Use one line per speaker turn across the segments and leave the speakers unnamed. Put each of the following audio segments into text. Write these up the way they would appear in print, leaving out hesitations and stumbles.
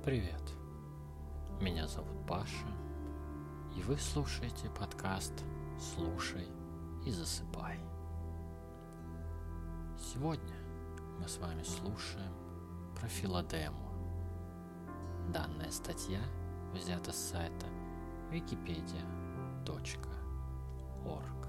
Привет, меня зовут Паша, и вы слушаете подкаст «Слушай и засыпай». Сегодня мы с вами слушаем про Филодему. Данная статья взята с сайта wikipedia.org.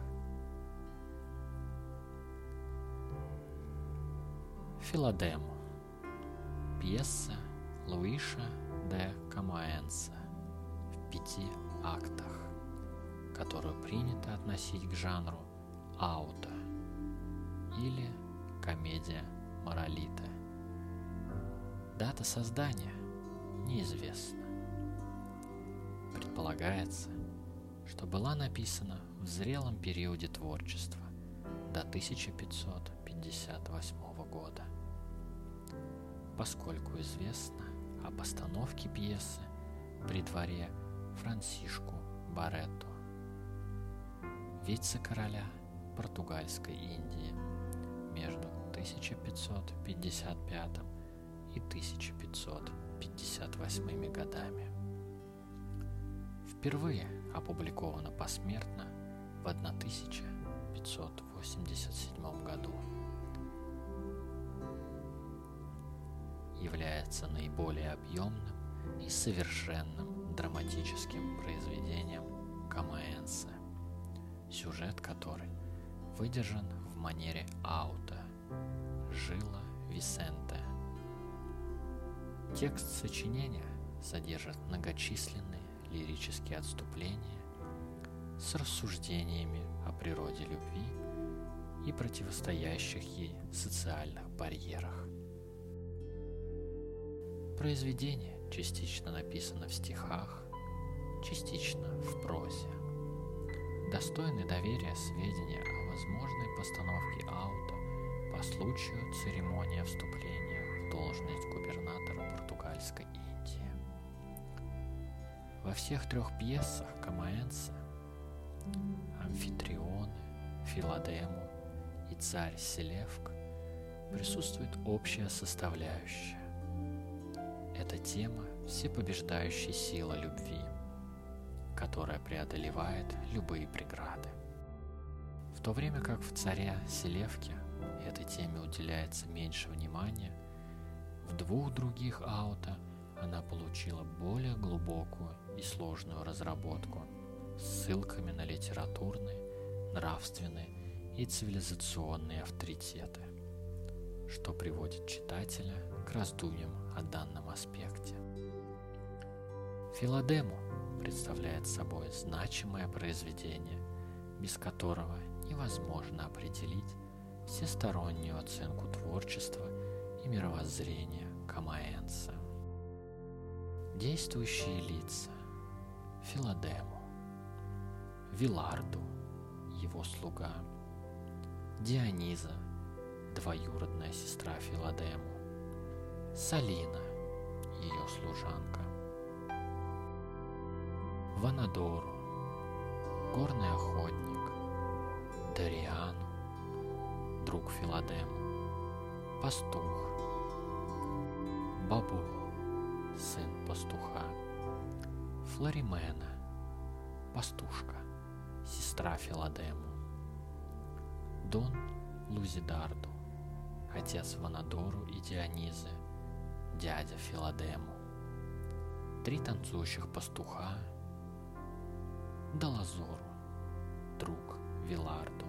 Филодему. Пьеса Луиша де Камоэнса в 5 актах, которую принято относить к жанру ауто или комедия моралите. Дата создания неизвестна. Предполагается, что была написана в зрелом периоде творчества до 1558 года, поскольку известно о постановке пьесы при дворе Франсишку Баретто, вице-короля Португальской Индии, между 1555 и 1558 годами. Впервые опубликована посмертно в 1587 году. Является наиболее объемным и совершенным драматическим произведением Камоэнса, сюжет которой выдержан в манере ауто Жила Висенте. Текст сочинения содержит многочисленные лирические отступления с рассуждениями о природе любви и противостоящих ей социальных барьерах. Произведение частично написано в стихах, частично в прозе. Достойны доверия сведения о возможной постановке ауто по случаю церемонии вступления в должность губернатора Португальской Индии. Во всех 3 пьесах Камоэнса Амфитрионы, Филодему и Царь Селевк присутствует общая составляющая. Это тема всепобеждающей силы любви, которая преодолевает любые преграды. В то время как в «Царе Селевке» этой теме уделяется меньше внимания, в 2 других ауто она получила более глубокую и сложную разработку с ссылками на литературные, нравственные и цивилизационные авторитеты, что приводит читателя к раздумьям о данном аспекте. Филодему представляет собой значимое произведение, без которого невозможно определить всестороннюю оценку творчества и мировоззрения Камоэнса. Действующие лица: Филодему, Виларду, его слуга, Диониза, двоюродная сестра Филодему, Салина, ее служанка, Ванадору, горный охотник, Дариану, друг Филодему, пастух, Бабу, сын пастуха, Флоримена, пастушка, сестра Филодему, Дон Лузидарду, отец Ванадору и Дионизы, дядя Филодему, 3 танцующих пастуха, Далазору, друг Виларду.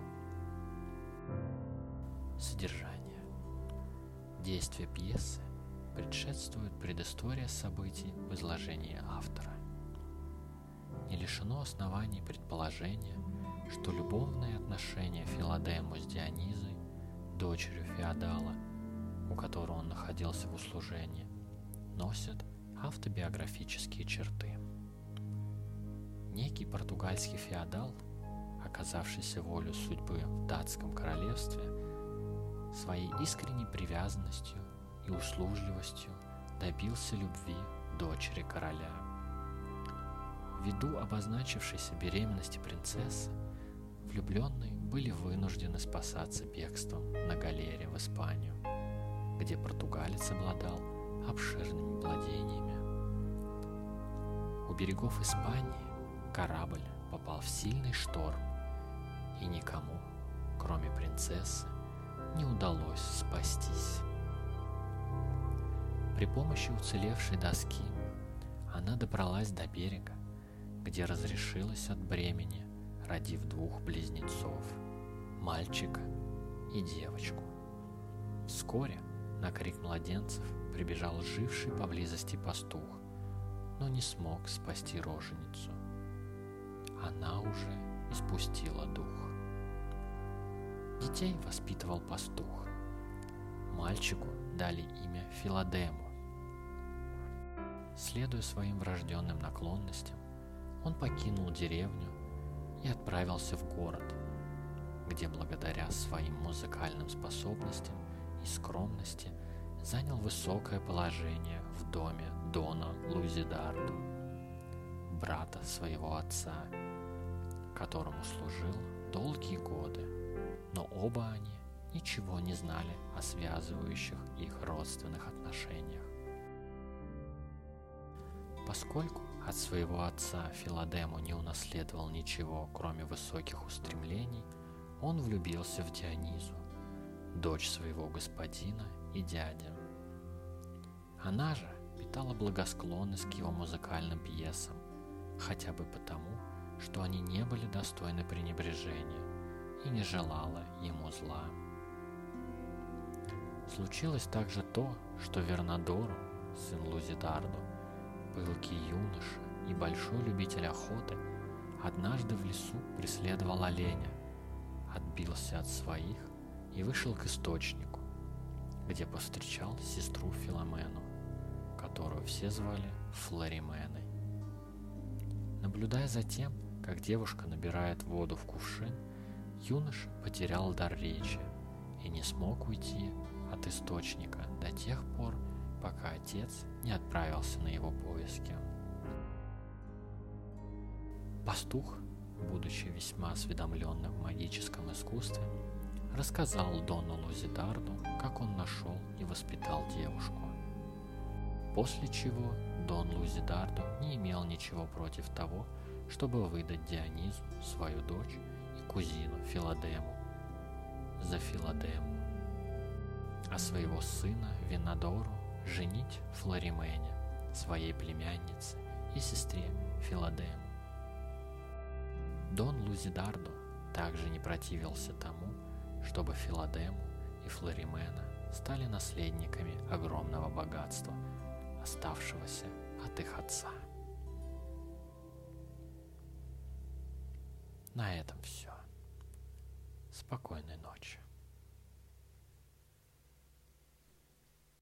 Содержание. Действие пьесы предшествует предыстория событий в изложении автора. Не лишено оснований предположения, что любовные отношения Филодему с Дионизой, дочерью феодала, у которого он находился в услужении, носят автобиографические черты. Некий португальский феодал, оказавшийся волею судьбы в датском королевстве, своей искренней привязанностью и услужливостью добился любви дочери короля. Ввиду обозначившейся беременности принцессы, влюбленные были вынуждены спасаться бегством на галере в Испанию, где португалец обладал обширными владениями. берегов Испании корабль попал в сильный шторм, и никому, кроме принцессы, не удалось спастись. При помощи уцелевшей доски она добралась до берега, где разрешилась от бремени, родив двух близнецов – мальчика и девочку. Вскоре на крик младенцев прибежал живший поблизости пастух, но не смог спасти роженицу. Она уже испустила дух. Детей воспитывал пастух. Мальчику дали имя Филадему. Следуя своим врожденным наклонностям, он покинул деревню и отправился в город, где благодаря своим музыкальным способностям и скромности занял высокое положение в доме Дона Лузидардо, брата своего отца, которому служил долгие годы, но оба они ничего не знали о связывающих их родственных отношениях. Поскольку от своего отца Филадему не унаследовал ничего, кроме высоких устремлений, он влюбился в Дионизу, дочь своего господина и дяди. Она же питала благосклонность к его музыкальным пьесам, хотя бы потому, что они не были достойны пренебрежения, и не желала ему зла. Случилось также то, что Вернадору, сын Лузидардо, пылкий юноша и большой любитель охоты, однажды в лесу преследовал оленя, отбился от своих и вышел к источнику, где повстречал сестру Филомену, которую все звали Флорименой. Наблюдая за тем, как девушка набирает воду в кувшин, юноша потерял дар речи и не смог уйти от источника до тех пор, пока отец не отправился на его поиски. Пастух, будучи весьма осведомленным в магическом искусстве, рассказал Дону Лузидарду, как он нашел и воспитал девушку. После чего Дон Лузидардо не имел ничего против того, чтобы выдать Дионизу, свою дочь и кузину Филадему, за Филадему, а своего сына Винодору женить Флоримене, своей племяннице и сестре Филадему. Дон Лузидардо также не противился тому, чтобы Филадему и Флоримена стали наследниками огромного богатства, оставшегося от их отца. На этом все. Спокойной ночи.